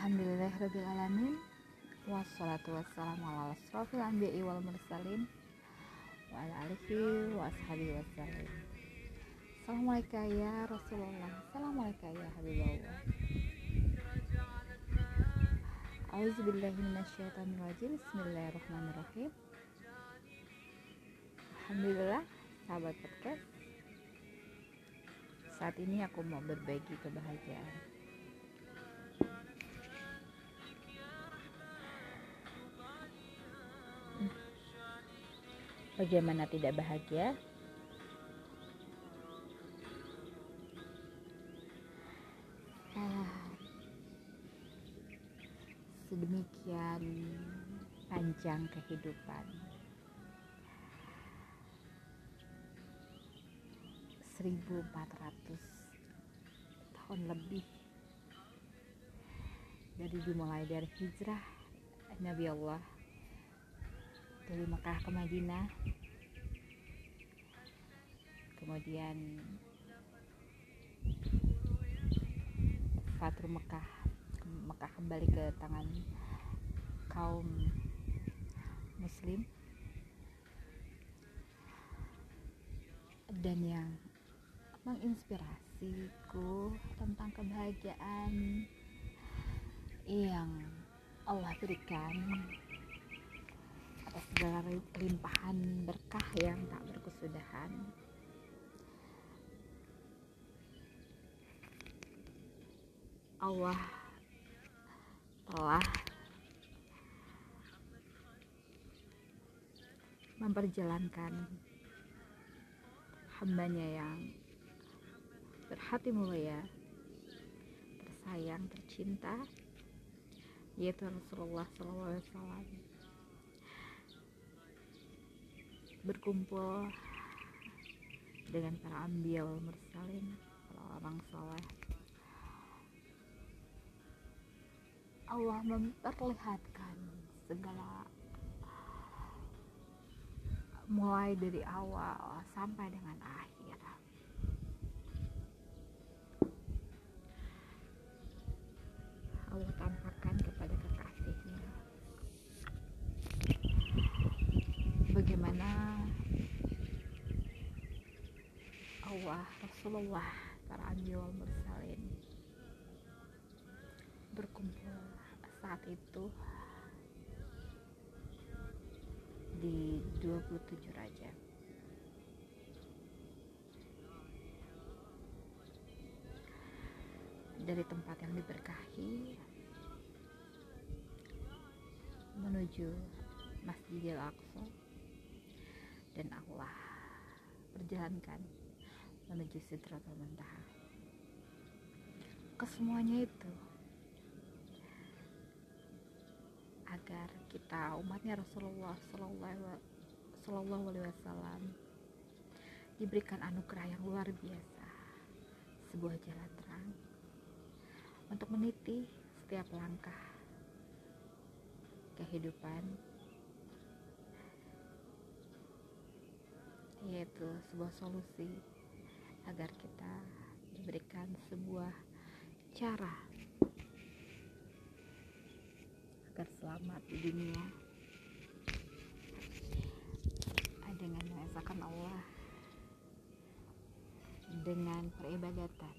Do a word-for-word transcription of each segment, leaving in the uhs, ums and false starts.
Alhamdulillahirrabbilalamin. Wassalatu wassalamu ala asrofil anbiya'i wal mursalin wa ala alihi wa ashabihi wassalim. Assalamualaikum ya Rasulullah, Assalamualaikum ya Habibullah. A'udzubillahi minasyaitonirrajim. Bismillahirrahmanirrahim. Alhamdulillah, sahabat podcast. Saat ini aku mau berbagi kebahagiaan. Bagaimana tidak bahagia? Ah, sedemikian panjang kehidupan, seribu empat ratus tahun lebih, dari dimulai dari hijrah Nabi Allah dari Mekah ke Madinah, kemudian Fathu Mekah, Mekah kembali ke tangan kaum muslim, dan yang menginspirasiku tentang kebahagiaan yang Allah berikan atas segala limpahan berkah yang tak berkesudahan. Allah telah memperjalankan hambanya yang berhati mulia, tersayang, tercinta, yaitu Rasulullah shallallahu alaihi wasallam, berkumpul dengan para anbiya wal mursalin, para orang soleh. Allah memperlihatkan segala, mulai dari awal sampai dengan akhir. Allah tampakkan kepada kekasihnya bagaimana Allah, Rasulullah, para anbiya wal mursalin berkumpul saat itu di dua puluh tujuh Rajab. Dari tempat yang diberkahi menuju Masjidil Aqsa, dan Allah perjalankan menuju Sidratul Muntaha. Kesemuanya itu agar kita umatnya Rasulullah Sallallahu Alaihi Wasallam diberikan anugerah yang luar biasa, sebuah jalan terang untuk meniti setiap langkah kehidupan, yaitu sebuah solusi agar kita diberikan sebuah cara agar selamat di dunia dengan mengesahkan Allah dengan peribadatan,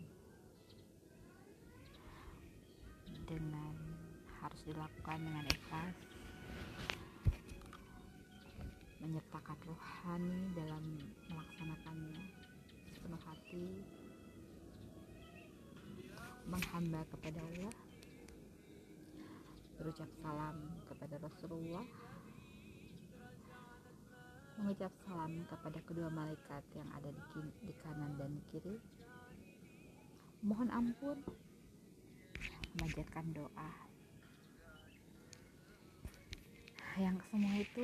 dengan harus dilakukan dengan ikhlas, menyertakan rohani dalam melaksanakannya sepenuh hati, menghamba kepada Allah, berucap salam kepada Rasulullah, mengucap salam kepada kedua malaikat yang ada di, kiri, di kanan dan di kiri, mohon ampun, memanjatkan doa, yang semua itu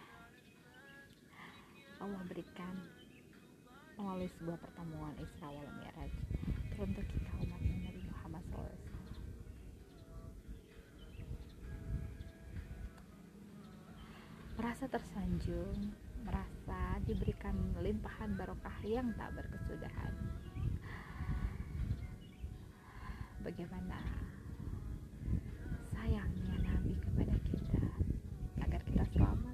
Allah berikan melalui sebuah pertemuan Isra wal Mi'raj teruntuk kita umat Nabi Muhammad shallallahu alaihi wasallam. Merasa tersanjung, merasa diberikan limpahan barokah yang tak berkesudahan. Bagaimana sayangnya Nabi kepada kita agar kita selamat.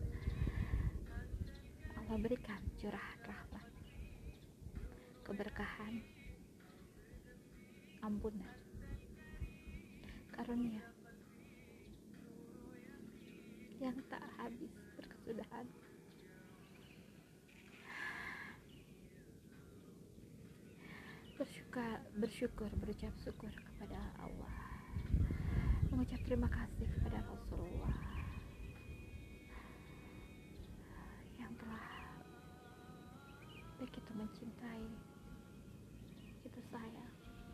Allah berikan curahan rahmat, keberkahan, ampunan, karunia yang tak habis berkesudahan. Bersyukur, bersyukur, berucap syukur kepada Allah, mengucap terima kasih kepada Rasulullah yang telah begitu mencintai, begitu sayang.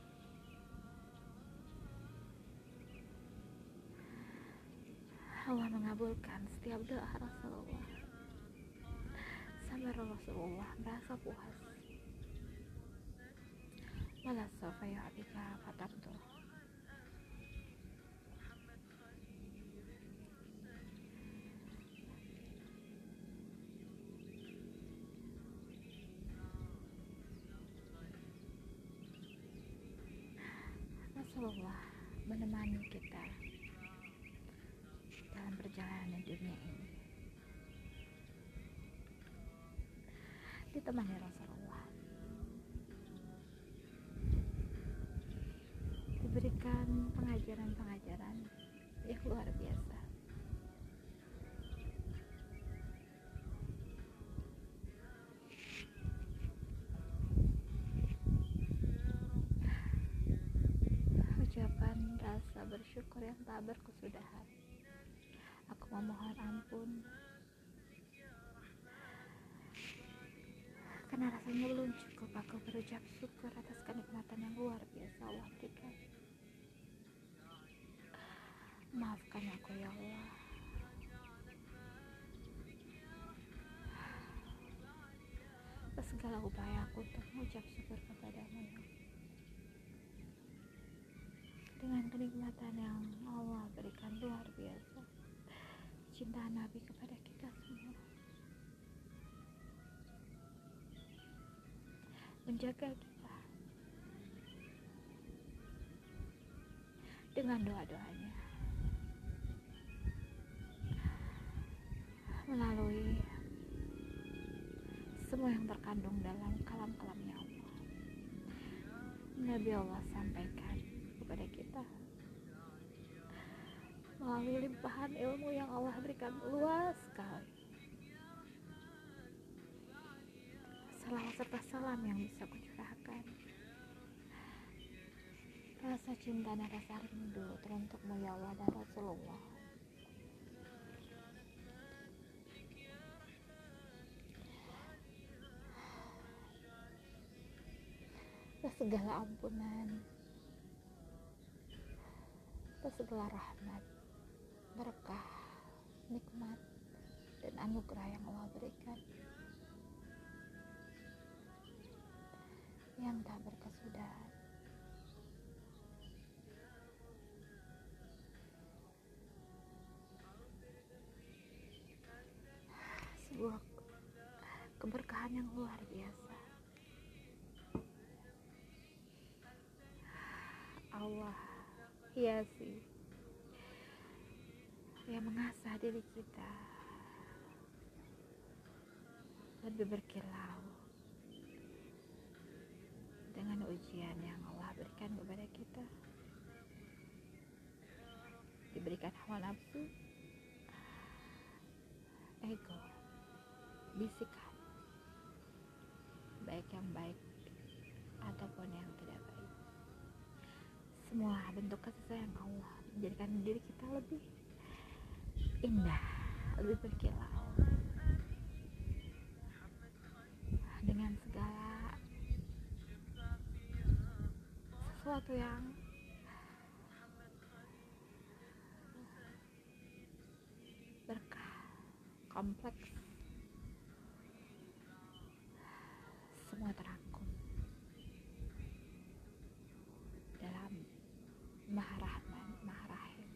Allah mengabulkan setiap doa Rasulullah sampai Rasulullah merasa puas. Wala sawfa yu'tika fatardu. Rasulullah menemani kita dalam perjalanan dunia ini. Ditemani Rasulullah, diberikan pengajaran-pengajaran yang luar biasa. Ucapan rasa bersyukur yang tak berkesudahan. Aku memohon ampun karena rasanya belum cukup aku berucap syukur atas kenikmatan yang luar biasa Allah berikan. Maafkan aku ya Allah. Atas segala upaya aku untuk mengucap syukur kepadamu ya. Dengan kenikmatan yang Allah berikan luar biasa, cinta Nabi kepada kita semua, menjaga kita dengan doa-doanya, melalui semua yang terkandung dalam kalam-kalamnya Allah. Nabi Allah sampaikan kepada kita melalui limpahan ilmu yang Allah berikan luas sekali. Salawat serta salam yang bisa kucurahkan, rasa cinta dan rasa rindu teruntukmu ya Allah dan Rasulullah. Atas segala ampunan, atas segala rahmat, berkah, nikmat, dan anugerah yang Allah berikan, yang tak berkesudahan. Sebuah keberkahan yang luar biasa. Allah hiasi, yang mengasah diri kita lebih berkilau dengan ujian yang Allah berikan kepada kita. Diberikan hawa nafsu, ego, bisikan, baik yang baik ataupun yang tidak baik. Semua bentuk kasih sayang Allah menjadikan diri kita lebih indah, lebih berkilau dengan segala sesuatu yang berkah, kompleks, semua terangkum dalam Maha Rahman, Maha Rahim.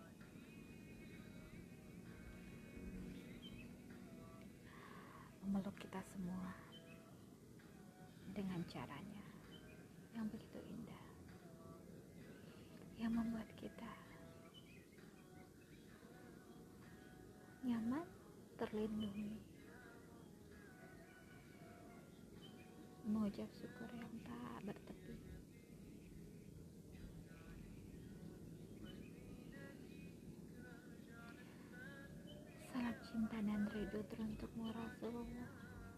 Memeluk kita semua dengan caranya yang begitu indah, yang membuat kita nyaman, terlindungi, mengucap syukur yang tak bertepi. Salam cinta dan ridho teruntukmu Rasulullah.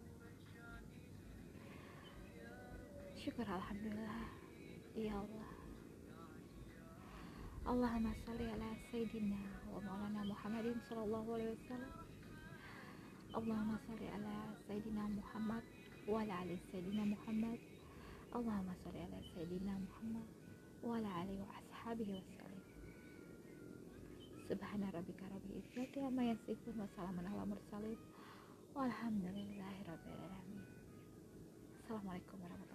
Syukur alhamdulillah, ya Allah. Allahumma sholli ala sayyidina wa maulana Muhammadin sallallahu alaihi wasallam. Allahumma sholli ala sayyidina Muhammad wa ala ali sayyidina Muhammad. Allahumma sholli ala sayyidina Muhammad wa ala alihi wa ashabihi wasallam. Subhana rabbika rabbil izzati amma yasifun wa salamun ala mursalin walhamdulillahi rabbil alamin. Assalamualaikum warahmatullahi wabarakatuh.